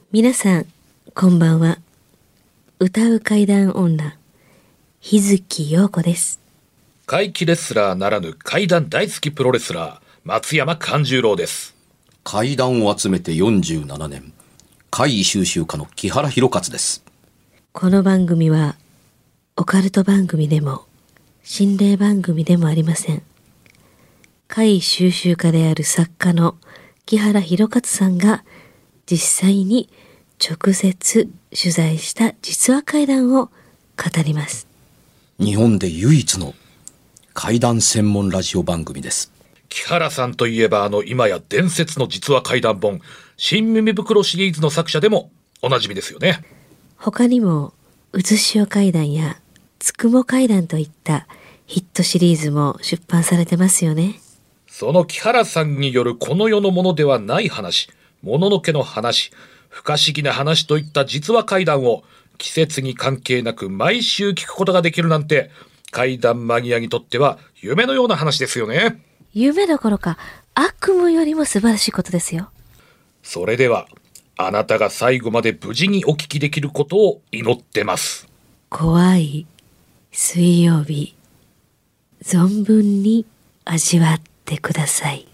皆さんこんばんは。歌う怪談女日月陽子です。 怪奇レスラーならぬ怪談大好きプロレスラー松山勘十郎です。 怪談を集めて47年怪異収集家の木原博勝です。 この番組はオカルト番組でも心霊番組でもありません。怪異収集家である作家の木原博勝さんが実際に直接取材した実話怪談を語ります。 日本で唯一の怪談専門ラジオ番組です。 木原さんといえば今や伝説の実話怪談本新耳袋シリーズの作者でもおなじみですよね。 他にもうずしお怪談やつくも怪談といったヒットシリーズも出版されてますよね。 その木原さんによるこの世のものではない話、もののけの話、不可思議な話といった実話怪談を季節に関係なく毎週聞くことができるなんて怪談マニアにとっては夢のような話ですよね。 夢どころか悪夢よりも素晴らしいことですよ。 それではあなたが最後まで無事にお聞きできることを祈ってます。 怖い水曜日、存分に味わってください。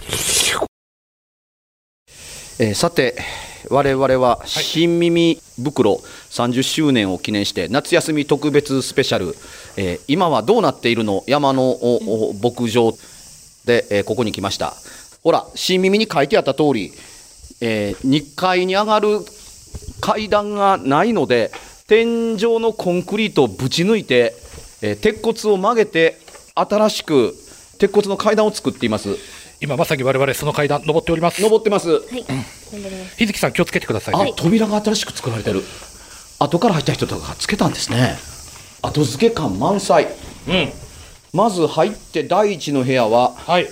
さて我々は新耳袋30周年を記念して夏休み特別スペシャル、今はどうなっているの山の牧場で、ここに来ました。ほら新耳に書いてあった通り、2階に上がる階段がないので天井のコンクリートをぶち抜いて、鉄骨を曲げて新しく鉄骨の階段を作っています。 今まさに我々その階段登っております。 登ってます。 はい、 日月さん気をつけてくださいね。 扉が新しく作られてる。後から入った人とかつけたんですね。後付け感満載。まず入って第一の部屋は、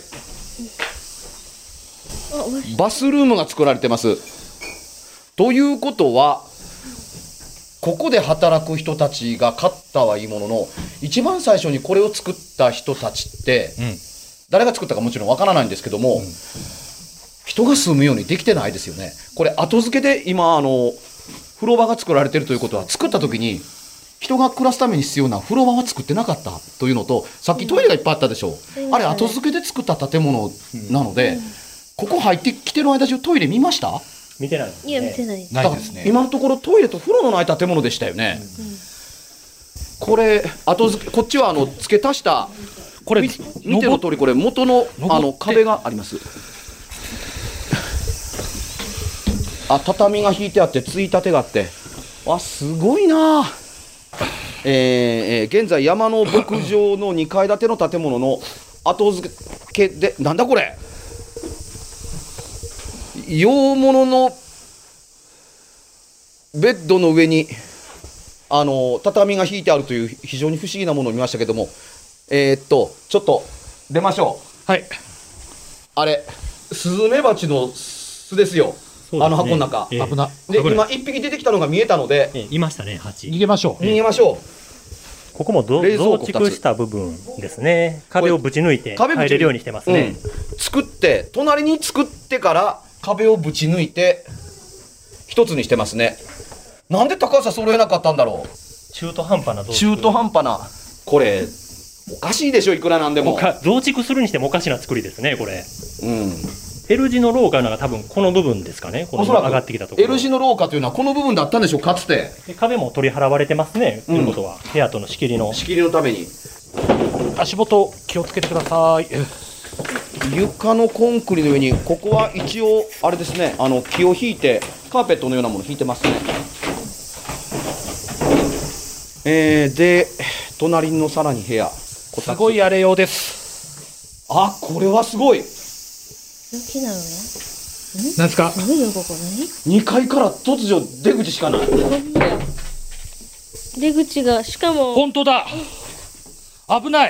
バスルームが作られてます。ということはここで働く人たちが買ったはいいものの、一番最初にこれを作った人たちって、誰が作ったかもちろんわからないんですけども、人が住むようにできてないですよね。これ後付けで今風呂場が作られてるということは、作った時に人が暮らすために必要な風呂場は作ってなかったというのと、さっきトイレがいっぱいあったでしょ。あれ後付けで作った建物なので、ここ入ってきてる間中トイレ見ました？ 見てないですね。 いや見てないです。 ないですね。 今のところトイレと風呂のない建物でしたよね。これ後付け、こっちは付け足したこれ見ての通り、これ元の壁があります。畳が引いてあってついたてがあって、すごいな。現在山の牧場の2階建ての建物の後付けで、なんだこれ、洋物のベッドの上に畳が引いてあるという非常に不思議なものを見ましたけども、ちょっと出ましょう。 はい。 あれスズメバチの巣ですよ。箱の中、 危な。 で今1匹出てきたのが見えたので、 いましたね、蜂。 逃げましょう。 逃げましょう。 ここも増築した部分ですね。壁をぶち抜いて入れるようにしてますね。 作って隣に作ってから壁をぶち抜いて一つにしてますね。なんで高さ揃えなかったんだろう。 中途半端なこれおかしいでしょ、いくらなんでも。 増築するにしてもおかしな作りですね、これ。L 字の廊下が多分この部分ですかね。この上がってきたところ。 L 字の廊下というのはこの部分だったんでしょう、かつて。 で壁も取り払われてますね。ということは部屋との仕切りのために。 足元気をつけてください。 床のコンクリの上に、ここは一応あれですね、木を引いてカーペットのようなもの引いてますね。で隣のさらに部屋、 すごい荒れようです。 これはすごい。 木なのね。 なんですか。 何よここ何 ？2階から突如出口しかない。 出口がしかも本当だ。危ない。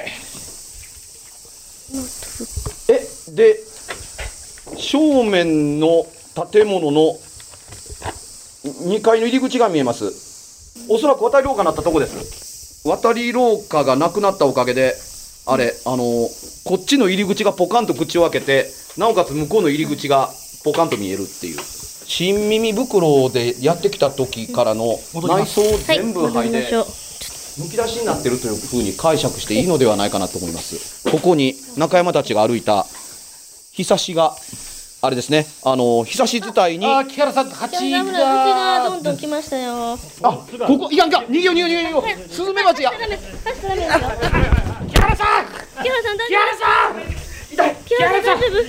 で正面の建物の2階の入り口が見えます。おそらく渡り廊下になったとこです。渡り廊下がなくなったおかげで、こっちの入り口がポカンと口を開けて、なおかつ向こうの入り口がポカンと見えるっていう。 新耳袋でやってきた時からの内装全部剥いでむき出しになってるというふうに解釈していいのではないかなと思います。ここに中山たちが歩いたひさしがあれですね、ひさし自体に木原さん蜂ががどんどん来ましたよ。 ここいかんか、逃げよう逃げよう逃げよう、スズメバチが。 ダメです。ダメですよ。 木原さん木原さん大丈木原さん痛い夫？木原さん大丈夫？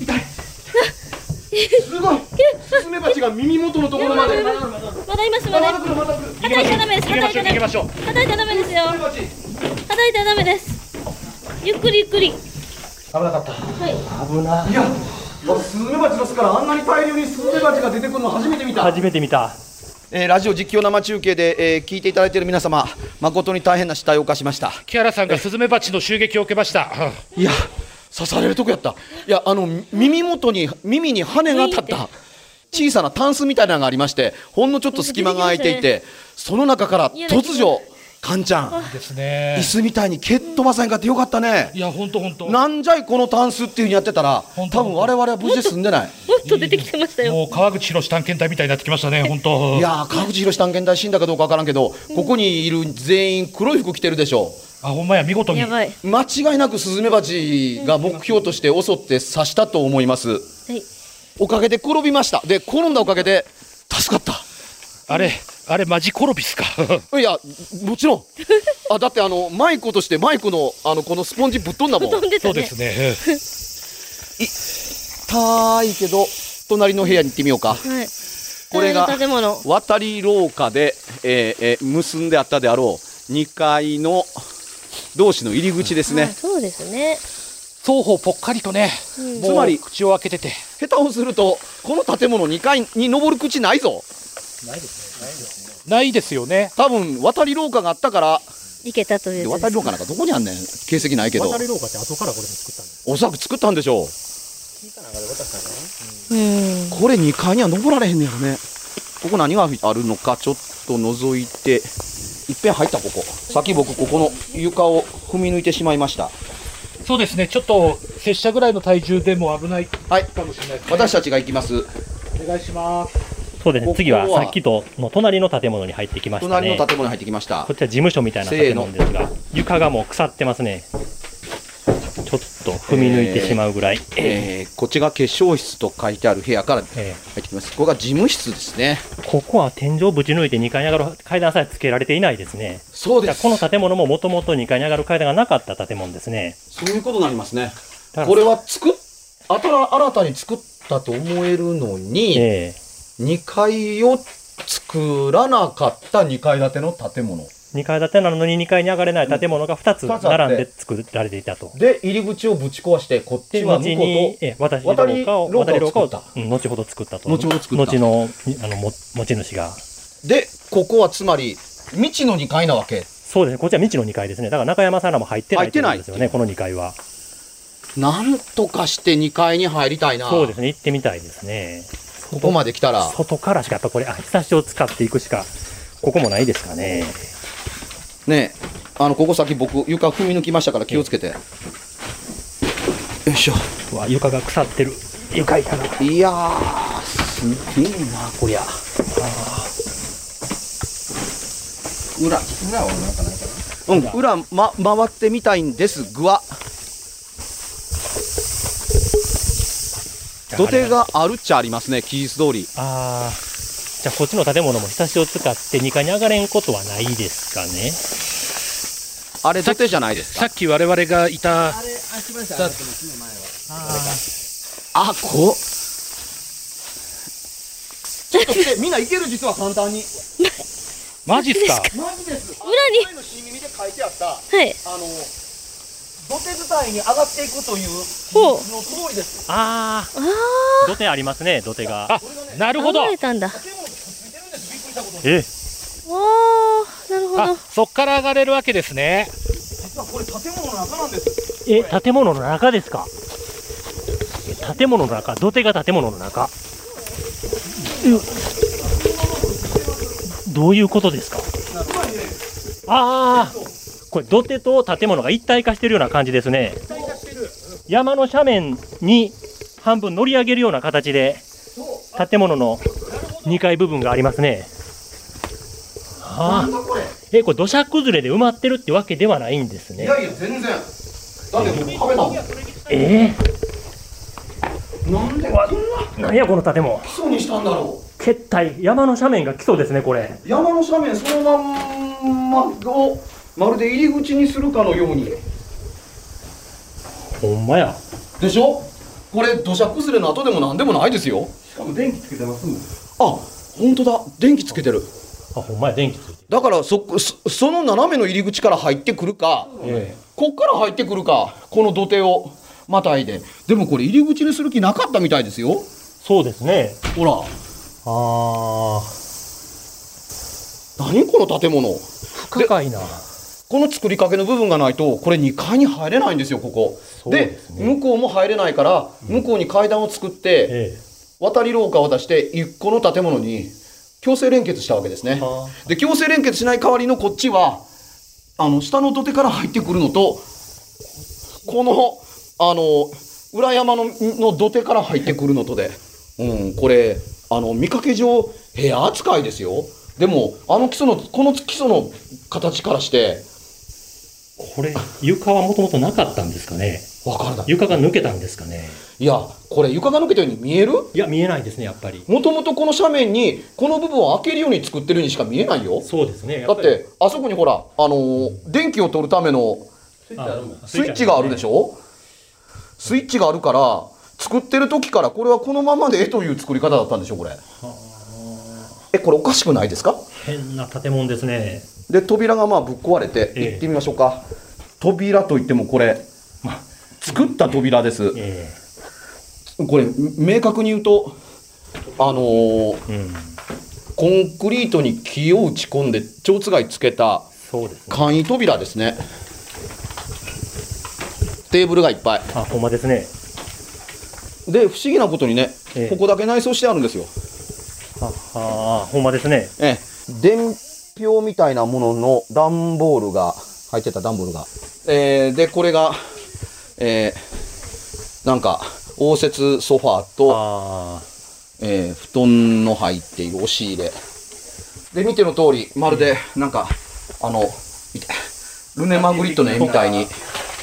すごい、スズメバチが耳元のところまで。 まだいます。まだいます。叩いちゃダメです。 行きましょう行きましょう。 叩いちゃダメですよ。叩いちゃダメです。ゆっくりゆっくり。 危なかった。 はい。 危な。 いや、スズメバチの巣からあんなに大量にスズメバチが出てくるの初めて見た。 初めて見た。 ラジオ実況生中継で、聞いていただいている皆様、誠に大変な失態を犯しました。 木原さんがスズメバチの襲撃を受けました。 いや、刺されるとこやった。いや、耳に羽が立った小さなタンスみたいなのがありまして、ほんのちょっと隙間が空いていて、その中から突如カンちゃんですね。 椅子みたいに蹴っ飛ばさんかってよかったね。 いや本当。 なんじゃいこのタンスっていう風にやってたら、多分我々は無事で済んでない。 もっと出てきてましたよ。 もう川口博探検隊みたいになってきましたね。本当。 いやー、川口博探検隊死んだかどうかわからんけど、ここにいる全員黒い服着てるでしょ。 あ、ほんまや、見事に。 やばい。 間違いなくスズメバチが目標として襲って刺したと思います。 はい。 おかげで転びました。で、転んだおかげで助かった。 あれマジコロビスか。 いや、もちろん。だってマイクとしてマイクのこのスポンジぶっ飛んだもん。 飛んでたね。 そうですね。 痛いけど隣の部屋に行ってみようか。 はい。 これが建物。 渡り廊下で、結んであったであろう2階の同士の入り口ですね。 そうですね。 双方ぽっかりとね、 うんもうつまり口を開けてて。 下手をするとこの建物2階に登る口ないぞ。 ないですよね。 多分渡り廊下があったから。 行けたというやつです。 渡り廊下なんかどこにあんねん、形跡ないけど。 渡り廊下って後からこれも作ったんです。 おそらく作ったんでしょう。 うん。 これ2階には登られへんねやろね。ここ何があるのかちょっと覗いて、いっぺん入った。ここさっき僕ここの床を踏み抜いてしまいました。 そうですね。ちょっと拙者ぐらいの体重でも危ないはい、 かもしれないですね。 私たちが行きます。 お願いします。 そうですね。 ここは次はさっきとの隣の建物に入ってきましたね。 隣の建物に入ってきましたこ。ちら事務所みたいな建物ですが、床がもう腐ってますね。ちょっと踏み抜いてしまうぐらい。 こっちが化粧室と書いてある部屋から入えってきます。ここが事務室ですね。 ここは天井ぶち抜いて2階に上がる階段さえつけられていないですね。 そうです。 じゃあこの建物ももともと2階に上がる階段がなかった建物ですね。 そういうことになりますね。 だからこれは新たに作ったと思えるのに、2階を作らなかった2階建ての建物 2階建てなのに2階に上がれない建物が2つ並んで作られていたと。 で入り口をぶち壊して、こっちで、 は後向こうに渡り廊下を後ほど作ったと。 後ほど作った後の持ち主が。 で、ここはつまり未知の2階なわけ。 そうですね。こっちは未知の2階ですね。だから中山さんらも入ってないというんですよね、この2階は。 なんとかして2階に入りたいな。 そうですね。行ってみたいですね。 ここまで来たら。 外からしかやっぱこれ、ひさしを使っていくしか、ここもないですかね。 ねえ、ここ先僕床踏み抜きましたから気をつけて。よいしょ。 うわ、床が腐ってる。床板が。 いやー、すげえなこりゃ。裏はなんかないかな。裏、回ってみたいんですが、土手があるっちゃありますね、記述通り。 じゃあこっちの建物もひさしを使って2階に上がれんことはないですかね。 あれ土手じゃないですか。 さっき我々がいた。 あ、ちょっと来て、みんな行ける、実は簡単に。 マジっすか。 マジです。 裏に前の新耳で書いてあった、 はい。 土手伝いに上がっていくというほうの通りです。 土手ありますね、土手が。 あ、なるほど。 暴れたんだ。 建物にくっついてるんです。びっくりしたことに。 おー、なるほど。 あ、そっから上がれるわけですね。 実はこれ建物の中なんです。 建物の中ですか。建物の中、土手が建物の中。どういうことですか。これ土手と建物が一体化しているような感じですね。山の斜面に半分乗り上げるような形で建物の 2階部分がありますね。あなんだこれ。 これ土砂崩れで埋まってるってわけではないんですね。 いやいや全然。だってここ壁だもん。なんでこんななんやこの建物。 基礎にしたんだろう。 決体、山の斜面が基礎ですね、これ。 山の斜面そのまんまをまるで入り口にするかのように。 ほんまや。 でしょ。これ土砂崩れの後でもなんでもないですよ。 しかも電気つけてますあ、本当だ。電気つけてる。 あ、ほんまや、電気ついてる。 だからその斜めの入り口から入ってくるか、こっから入ってくるか、この土手をまたいで。でもこれ入り口にする気なかったみたいですよ。 そうですね。 ほら、 あ何この建物。 不可解な。 この作りかけの部分がないとこれ2階に入れないんですよ、ここ。 そうですね。 向こうも入れないから向こうに階段を作って渡り廊下を出して1個の建物に強制連結したわけですね。で強制連結しない代わりのこっちは下の土手から入ってくるのとこの裏山の土手から入ってくるのとで、これ見かけ上部屋扱いですよ。でもこの基礎の形からしてこれ床はもともとなかったんですかね。 わからない。 床が抜けたんですかね。 いやこれ床が抜けたように見える？ いや見えないですね、やっぱり。 もともとこの斜面にこの部分を開けるように作ってるにしか見えないよ。 そうですね。 だってあそこにほら電気を取るためのスイッチがあるでしょ。スイッチがあるから作ってる時からこれはこのままでという作り方だったんでしょこれ。これおかしくないですか？ 変な建物ですね。 で扉がぶっ壊れて行ってみましょうか。扉といってもこれ作った扉です。これ明確に言うとコンクリートに木を打ち込んで蝶つがいつけた簡易扉ですね。テーブルがいっぱい。 あ、ほんまですね。 で不思議なことにね、ここだけ内装してあるんですよ。 ほんまですね。 伝票みたいなものの段ボールが入ってた段ボールが、でこれが、なんか応接ソファーと、布団の入っている押し入れで見ての通りまるでなんかルネ・マグリットの絵みたいに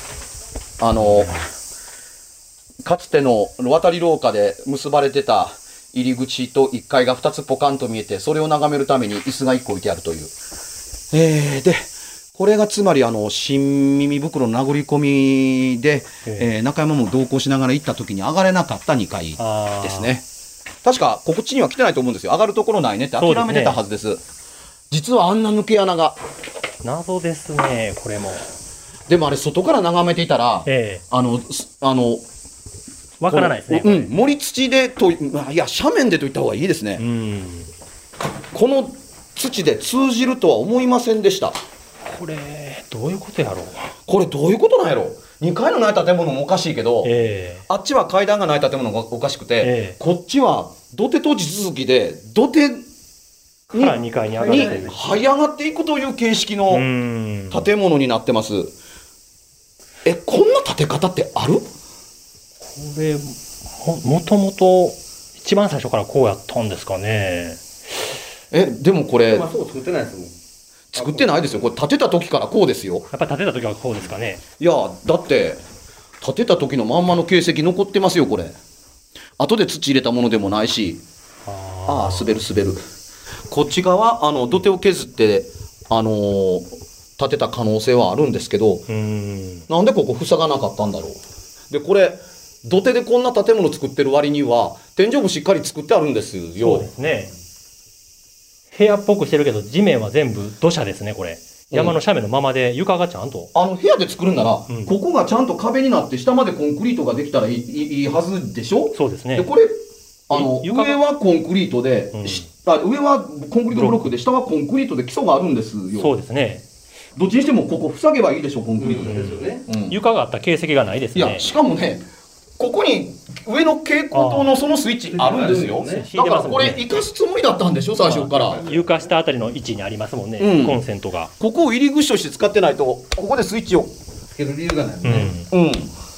かつての渡り廊下で結ばれてた入り口と1階が2つポカンと見えて、それを眺めるために椅子が1個置いてあるという。でこれがつまり新耳袋の殴り込みで、中山も同行しながら行った時に上がれなかった2階ですね。確かこっちには来てないと思うんですよ。上がるところないねって諦めてたはずです。実はあんな抜け穴が謎ですね、これも。 でもあれ外から眺めていたら、 わからないですね。 盛り土でと、いや斜面でと言った方がいいですね。この土で通じるとは思いませんでした。 これどういうことやろう。 これどういうことなんやろ。2階のない建物もおかしいけど、あっちは階段がない建物がおかしくて、こっちは土手と地続きで土手に 2階に這い上がっていくという形式の建物になってます。こんな建て方ってある？これもともと一番最初からこうやったんですかね。 でもこれ作ってないですもん。 作ってないですよ。これ建てた時からこうですよ。 やっぱり建てた時はこうですかね。 いやだって建てた時のまんまの形跡残ってますよ。これ後で土入れたものでもないし。滑る。こっち側土手を削って建てた可能性はあるんですけど、なんでここ塞がなかったんだろう。でこれ土手でこんな建物作ってる割には天井もしっかり作ってあるんですよ。 そうですね。部屋っぽくしてるけど地面は全部土砂ですね。これ山の斜面のままで床がちゃんと部屋で作るんなら、ここがちゃんと壁になって下までコンクリートができたらいいはずでしょ。 そうですね。 でこれ上はコンクリートで、上はコンクリートブロックで下はコンクリートで基礎があるんですよ。そうですね。どっちにしてもここ塞げばいいでしょ。コンクリートですよね。床があった形跡がないですね。いやしかもねここに上の蛍光灯のそのスイッチあるんですよ。だからこれ生かすつもりだったんでしょ最初から。床下あたりの位置にありますもんね、コンセントが。ここを入り口として使ってないとここでスイッチをつける理由がないもんね。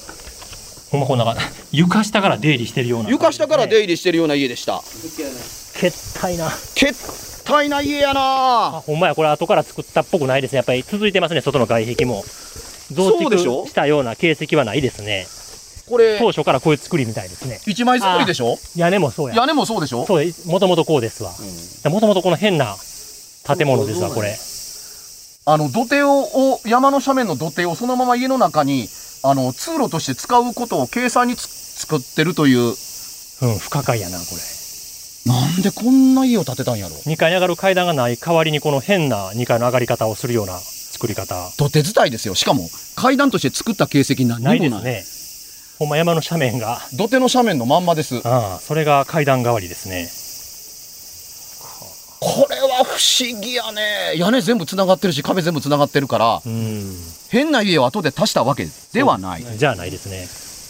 ほんまこんな床下から出入りしてるような、床下から出入りしてるような家でした。 決体な。 決体な家やな。 ほんまや、これ後から作ったっぽくないですね。やっぱり続いてますね、外の外壁も。増そうでしょ築したような形跡はないですね。 これ当初からこういう作りみたいですね。 一枚作りでしょ。 屋根もそうや。 屋根もそうでしょ。 そう、もともとこうですわ。もともとこの変な建物ですわ、これ。 土手を山の斜面の土手をそのまま家の中に通路として使うことを計算に作ってるという。 うん、不可解やな、これ。 なんでこんな家を建てたんやろ。 2階に上がる階段がない代わりにこの変な2階の上がり方をするような作り方。 土手伝いですよ。しかも階段として作った形跡何にもない。 ないですね。ほんま山の斜面が。 土手の斜面のまんまです。 ああ、それが階段代わりですね。 これは不思議やね。屋根全部つながってるし壁全部つながってるから、変な家を後で足したわけではない。 じゃあないですね。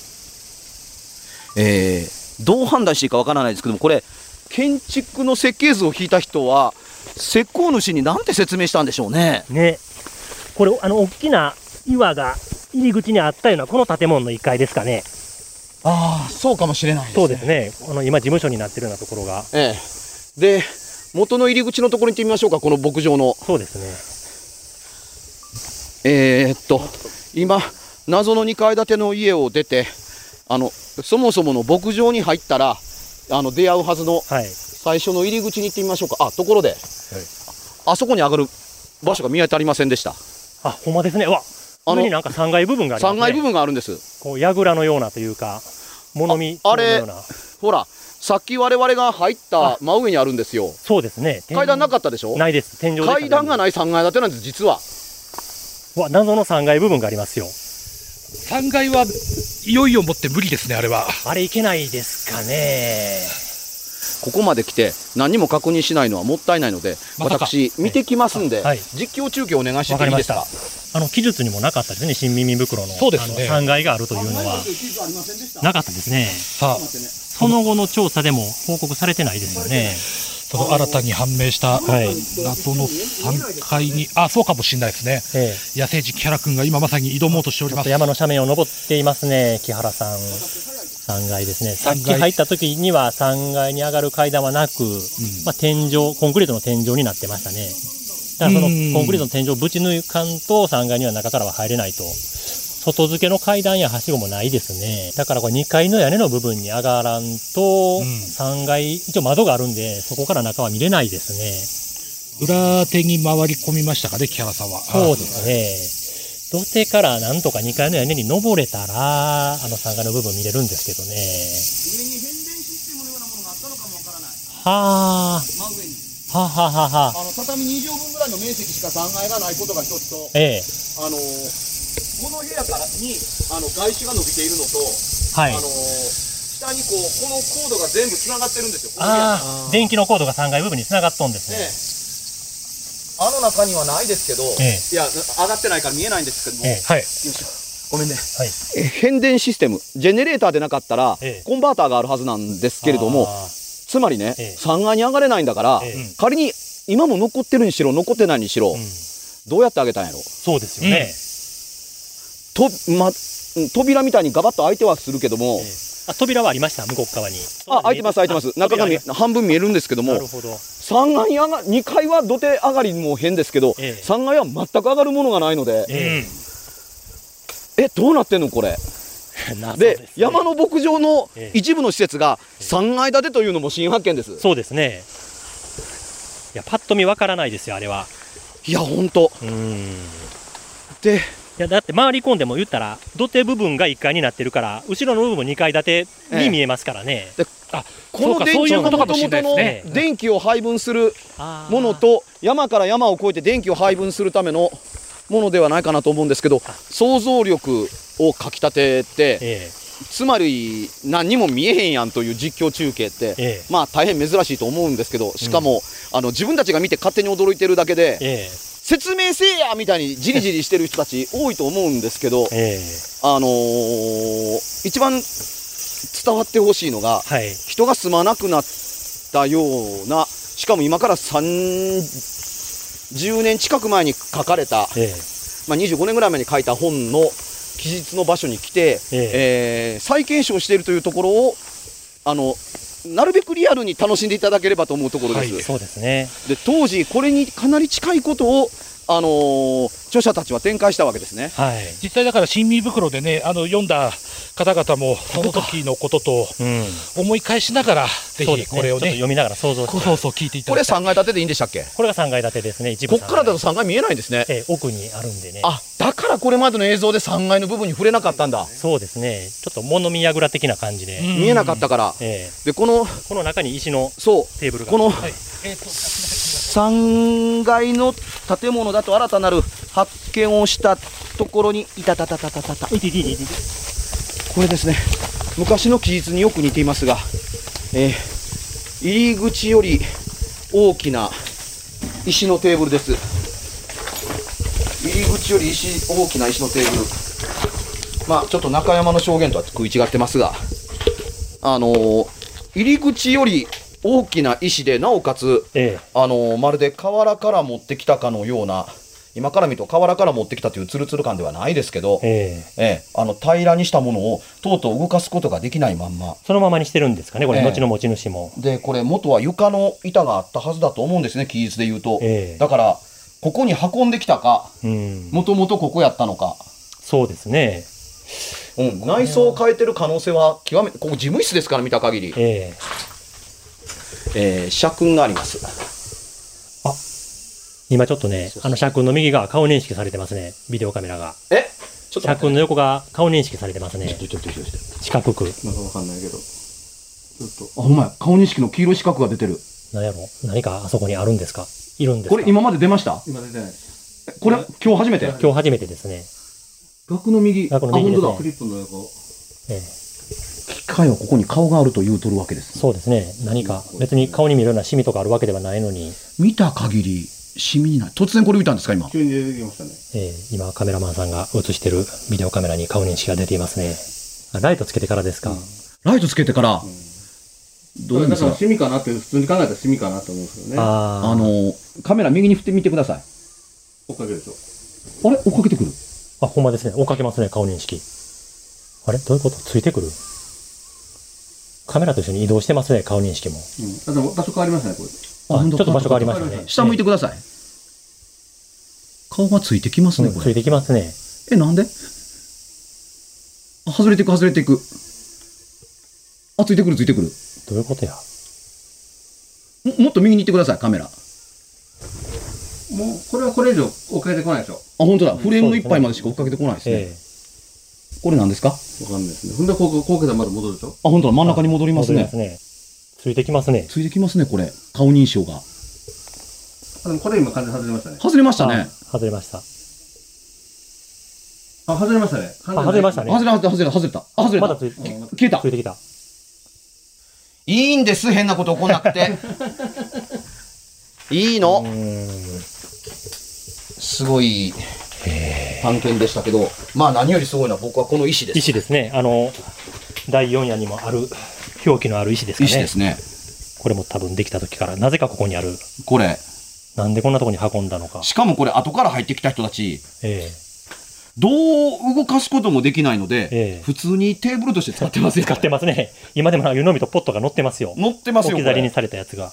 どう判断していいかわからないですけども、これ建築の設計図を引いた人は石膏主に何て説明したんでしょうね。 ね、これ大きな岩が入り口にあったようなこの建物の1階ですかね。 ああ、そうかもしれないですね。 そうですね。この今事務所になってるようなところが。 で、元の入り口のところに行ってみましょうか。この牧場の。 そうですね。今謎の2階建ての家を出て、そもそもの牧場に入ったら出会うはずの最初の入り口に行ってみましょうか。ところで、あそこに上がる場所が見当たりませんでした。 あ、ほんまですね。わ、上になんか3階部分がありますね。 3階部分があるんです。 こう櫓のようなというか物見のような。 ほら、さっき我々が入った真上にあるんですよ。 そうですね。 階段なかったでしょ。 ないです。天井でしたね。 階段がない3階建てなんです、実は。 わ、謎の3階部分がありますよ。 3階はいよいよもって無理ですね、あれは。 あれいけないですかね。 ここまで来て何も確認しないのはもったいないので、私見てきますんで、実況中継お願いしていいですか。 記述にもなかったですね、新耳袋の。 そうですね。 3階があるというのはなかったですね。さあ、その後の調査でも報告されてないですよね。 その新たに判明した謎の3階に、そうかもしれないですね。野生児木原君が今まさに挑もうとしております。 山の斜面を登っていますね、木原さん。3階ですね。さっき入った時には3階に上がる階段はなく、天井、コンクリートの天井になってましたね。だからそのコンクリートの天井をぶち抜かんと3階には中からは入れないと。外付けの階段やはしごもないですね。だからこれ2階の屋根の部分に上がらんと、3階、一応窓があるんで、そこから中は見れないですね。 裏手に回り込みましたかね、木原さんは。 そうですね。土手からなんとか2階の屋根に登れたら、3階の部分見れるんですけどね。上に変電システムのようなものがあったのかもわからない。真上に。 畳2畳分ぐらいの面積しか3階がないことが一つと、この部屋からに外周が伸びているのと、下にこのコードが全部つながってるんですよ。 電気のコードが3階部分につながっとんですね。 中にはないですけど、いや上がってないから見えないんですけども、よいしょ、ごめんね。変電システム、ジェネレーターでなかったら、コンバーターがあるはずなんですけれども、つまりね、3階に上がれないんだから、仮に今も残ってるにしろ残ってないにしろ、どうやって上げたんやろ。 そうですよね。 扉みたいにガバッと開いてはするけども、 扉はありました、向こう側に。 開いてます開いてます。中が半分見えるんですけども、3階に2階は土手上がりも変ですけど、3階は全く上がるものがないので、どうなってんのこれ。で、山の牧場の一部の施設が3階建てというのも新発見です。 そうですね。いや、パッと見わからないですよ、あれは。 いや、ほんと。で、 いや、だって回り込んでも言ったら土手部分が1階になってるから、後ろの部分も2階建てに見えますからね。 この電池のもともとの電気を配分するものと、山から山を越えて電気を配分するためのものではないかなと思うんですけど、想像力をかきたてて、つまり何にも見えへんやんという実況中継って、大変珍しいと思うんですけど、しかも、自分たちが見て勝手に驚いてるだけで、説明せえやみたいにじりじりしてる人たち多いと思うんですけど、一番伝わってほしいのが、人が住まなくなったような、しかも今から30年近く前に書かれた、25年ぐらい前に書いた本の記述の場所に来て、再検証しているというところをなるべくリアルに楽しんでいただければと思うところです、 はいそうですね。 で当時これにかなり近いことを、著者たちは展開したわけですね。 はい。 実際だから新耳袋でね読んだ方々もその時のこととうん。 思い返しながらぜそうですね。 ひこれをねちょっと読みながら想像して。 そうそう聞いていたこれだきたい。 3階建てでいいんでしたっけ？ これが3階建てですね。一部こっからだと3階見えないんですね。 奥にあるんでね。 あ、だからこれまでの映像で3階の部分に触れなかったんだ。 そうですね。ちょっと物見櫓的な感じで。 うん見えなかったから。でこのこの中に石のそうテーブルが。 このはい 3階の建物だと新たなる発見をしたところにいたたたたたたたいていていていて。 これですね、昔の記述によく似ていますが、入り口より大きな石のテーブルです。入り口より大きな石のテーブル、まあちょっと中山の証言とは食い違ってますが、入り口より大きな石で、なおかつまるで河原から持ってきたかのような、今から見ると河原から持ってきたというツルツル感ではないですけど、平らにしたものをとうとう動かすことができないまんまそのままにしてるんですかね、これ、後の持ち主も。 で、これ元は床の板があったはずだと思うんですね、記述で言うと、だからここに運んできたか、もともとここやったのか、 そうですね。 内装を変えてる可能性は極めて、ここ事務室ですから見た限り、社訓があります。 今ちょっとね、社訓の右側顔認識されてますね、ビデオカメラが。 ちょっと社訓の横が顔認識されてますね。四角く。 なんかわかんないけど。ちょっと。 あ、ほんまや、顔認識の黄色い四角が出てる。 何やろ、何かあそこにあるんですか、いるんですか。 これ今まで出ました？ 今出てない。 これ今日初めて？ 今日初めてですね。 額の右。 額の右ですねあ、本当だ。 クリップの横。 機械はここに顔があると言うとるわけです。 そうですね。何か別に顔に見るようなシミとかあるわけではないのに、 見た限りシミにない。突然これ見たんですか今？ 急に出てきましたね。 今カメラマンさんが映してるビデオカメラに顔認識が出ていますね。ライトつけてからですか。 ライトつけてから、どうなんですか？ だからシミかなって普通に考えたらシミかなと思うんですよね。 カメラ右に振ってみてください。 追っかけるでしょ。 あれ追っかけてくる？ あ、ほんまですね。追っかけますね、顔認識。あれどういうこと？ついてくる？カメラと一緒に移動してますね、顔認識も。 でも場所変わりましたね、これ。 ちょっと場所変わりましたね。 下向いてください。顔がついてきますね、これ。 ついてきますね。 なんで？外れていく、外れていく。ついてくる、ついてくる。 どういうことや。 もっと右に行ってください、カメラ。 もう、これはこれ以上追っかけてこないでしょ。 本当だ。フレームの一杯までしか追っかけてこないですね。これ何ですか？ わかんないですね。ほんで、こうけたらまだ戻るでしょ。 本当だ。真ん中に戻りますね。 ついてきますね。 ついてきますね、これ。顔認証が。 でもこれ今完全に外れましたね。 外れましたね。 外れました。 外れましたね。 外れましたね。 外れた。外れた。 まだついて消えた。 ついてきた。 いいんです、変なこと起こんなくて。いいの。すごい探検でしたけど、まあ何よりすごいのは僕はこの石です。 石ですね。第4夜にもある表記のある石ですかね。 石ですね。 これも多分できた時からなぜかここにある。 これなんでこんなところに運んだのか。 しかもこれ後から入ってきた人たち、どう動かすこともできないので、普通にテーブルとして使ってますよ。 使ってますね。今でも湯飲みとポットが乗ってますよ。 乗ってますよ。 置き去りにされたやつが。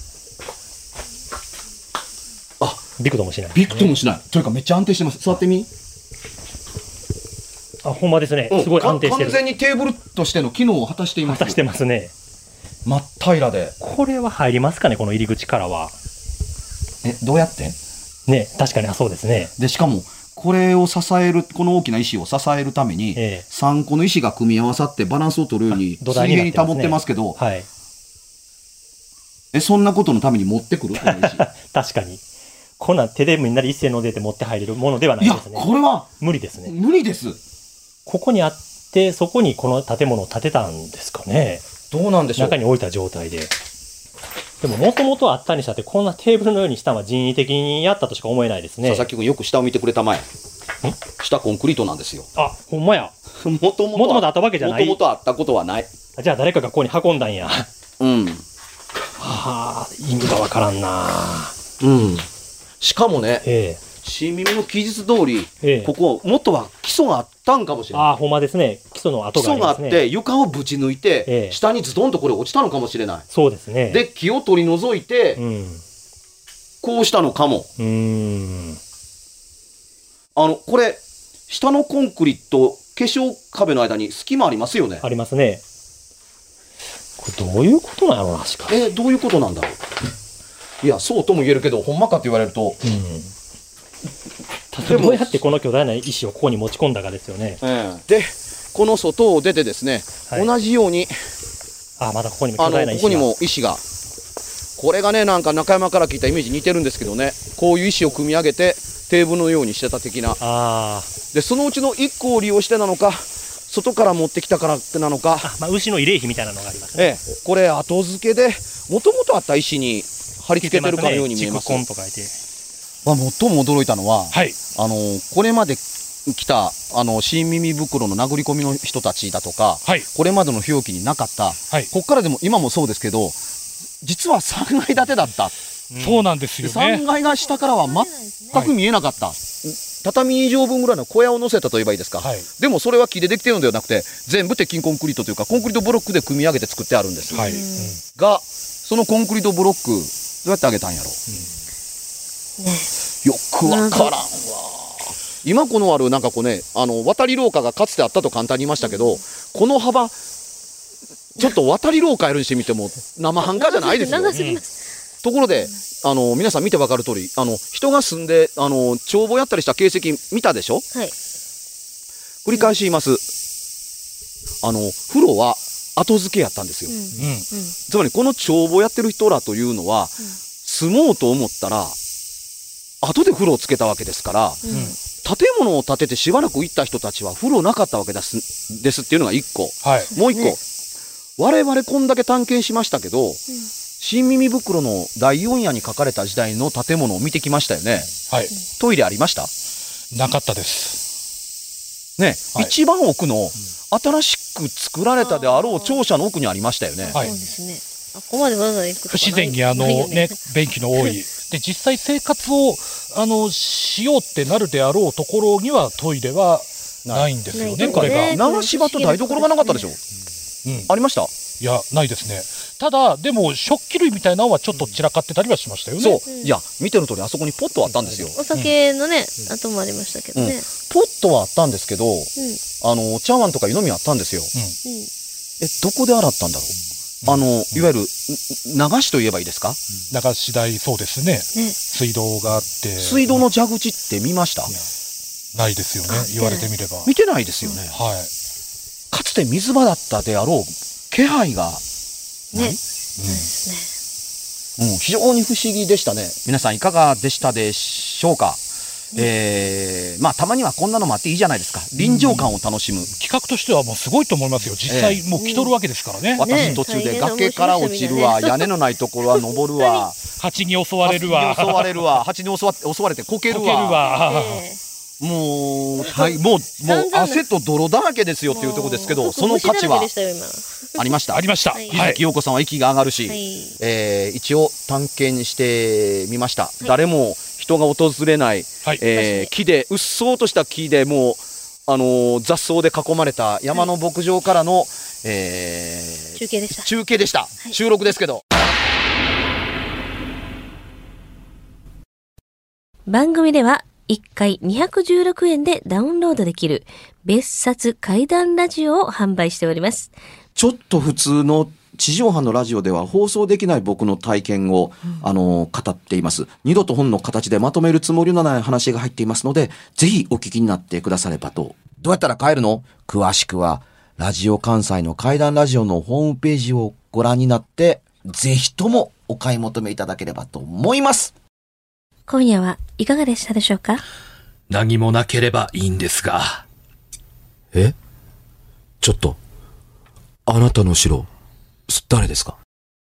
びくともしない。 びくともしない。というかめっちゃ安定してます。座ってみ。 ほんまですね。すごい安定してる。 完全にテーブルとしての機能を果たしています。 果たしてますね。 真っ平らで。 これは入りますかね、この入り口からは。 どうやって？ ね、確かにそうですね。 でしかもこれを支える、この大きな石を支えるために、3個の石が組み合わさってバランスを取るように水平に保ってますけど、そんなことのために持ってくるこの石。 確かに。こんなん手でみんなで一斉の出て持って入れるものではないですね。 いや、これは無理ですね。 無理です。 ここにあって、そこにこの建物を建てたんですかね。 どうなんでしょう。 中に置いた状態で。でも、もともとあったにしたって、こんなテーブルのようにしたのは人為的にやったとしか思えないですね。 佐々木君よく下を見てくれたまえ。下コンクリートなんですよ。 ほんまや。もともとあったわけじゃない。 もともとあったことはない。 じゃあ誰かがここに運んだんや。 はあ、意味がわからんな。 しかもね、 新耳の記述通り、 ええここ元は基礎があったんかもしれない。 ああ、ほんまですね。基礎の跡基がありますね。 礎があって床をぶち抜いて、 ええ下にズドンとこれ落ちたのかもしれない。 そうですね。 で木を取り除いて、こうしたのかも。これ下のコンクリと化粧壁の間に隙間ありますよね。 ありますね。これどういうことなの確か。 どういうことなんだろう。いやそうとも言えるけどほんまかって言われると、 どうやってこの巨大な石をここに持ち込んだかですよね。 でこの外を出てですね、 はい同じようにまたここにも巨大な石が。 ここにも石が、これがねなんか中山から聞いたイメージ似てるんですけどね、こういう石を組み上げてテーブルのようにしてた的な。でそのうちの1個を利用してなのか外から持ってきたからってなのか、 牛の慰霊碑みたいなのがありますね。 これ後付けでもともとあった石に貼り付けてるかのように見えます。 筑根と書いて。 最も驚いたのは、 はい、 これまで来た新耳袋の殴り込みの人たちだとか、 はい、 これまでの表記になかった、ここからでも今もそうですけど実は3階建てだった、 そうなんですよね。 3階が下からは全く見えなかった、畳2畳分ぐらいの小屋を乗せたと言えばいいですか、でもそれは木でできてるのではなくて全部鉄筋コンクリートというかコンクリートブロックで組み上げて作ってあるんです、がそのコンクリートブロックどうやってあげたんやろ、よくわからんわ。今このあるなんかこうね渡り廊下がかつてあったと簡単に言いましたけど、この幅ちょっと渡り廊下やるにしてみても生半可じゃないですよ。ところで皆さん見てわかる通り人が住んで帳簿やったりした形跡見たでしょ。繰り返し言います。風呂は後付けやったんですよ、つまりこの帳簿やってる人らというのは、住もうと思ったら後で風呂をつけたわけですから、建物を建ててしばらく行った人たちは風呂なかったわけですっていうのが1個、もう1個、我々こんだけ探検しましたけど、新耳袋の第4夜に書かれた時代の建物を見てきましたよね。トイレありました？ なかったですね、一番奥の新しく作られたであろう庁舎の奥にありましたよね。 そうですね。ここまでわざわざ行くとか不自然に便器の多いで実際生活をしようってなるであろうところにはトイレはないんですよね。これが流し場と台所がなかったでしょ。ありました？ いやないですね。ただでも食器類みたいなのはちょっと散らかってたりはしましたよね。 そういや見てる通りあそこにポットあったんですよ。 お酒のね跡もありましたけどね。 ポットはあったんですけど茶碗とか湯飲みあったんですよ。どこで洗ったんだろう。いわゆる流しと言えばいいですか。 流し台、そうですね。水道があって。 水道の蛇口って見ました？ ないですよね。言われてみれば。 見てないですよね。かつて水場だったであろう気配がない。非常に不思議でしたね。皆さんいかがでしたでしょうか。たまにはこんなのもあっていいじゃないですか。臨場感を楽しむ企画としてはもうすごいと思いますよ。実際もう来とるわけですからね。 私途中で崖から落ちるわ、屋根のないところは登るわ、 蜂に襲われるわ、 蜂に襲われてこけるわ、もう汗と泥だらけですよっていうところですけど、その価値はありました。日月陽子さんは息が上がるし、一応探検してみました。誰も人が訪れない、木でうっそうとした木でもう雑草で囲まれた山の牧場からの、 中継でした。 収録ですけど。 番組では1回216円でダウンロードできる別冊怪談ラジオを販売しております。 ちょっと普通の地上波のラジオでは放送できない僕の体験を、語っています。二度と本の形でまとめるつもりのない話が入っていますので、ぜひお聞きになってくださればと。どうやったら買えるの？詳しくはラジオ関西の怪談ラジオのホームページをご覧になって、ぜひともお買い求めいただければと思います。 今夜はいかがでしたでしょうか？ 何もなければいいんですが。 ちょっとあなたの城誰ですか？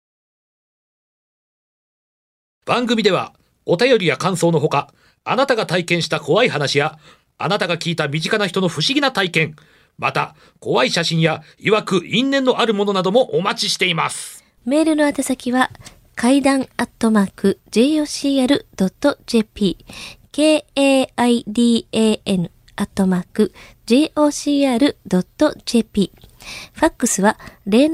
番組ではお便りや感想のほか、あなたが体験した怖い話やあなたが聞いた身近な人の不思議な体験、また怖い写真や曰く因縁のあるものなどもお待ちしています。 メールの宛先は怪談@jocr.jp KAIDAN@jocr.jp。ファックスは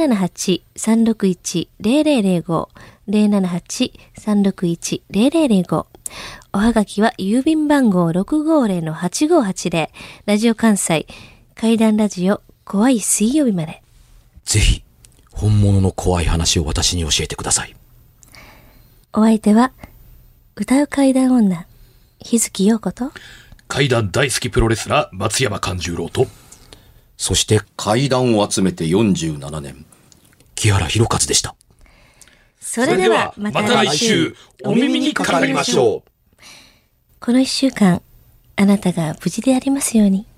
078-361-0005。078-361-0005。おはがきは郵便番号 650-8580。ラジオ関西、怪談ラジオ、怖い水曜日まで。 ぜひ、本物の怖い話を私に教えてください。 お相手は、歌う怪談女、日月陽子と、 怪談大好きプロレスラー松山勘十郎と、 そして怪談を集めて47年、木原博一でした。 それではまた来週お耳にかかりましょう。 この一週間、あなたが無事でありますように。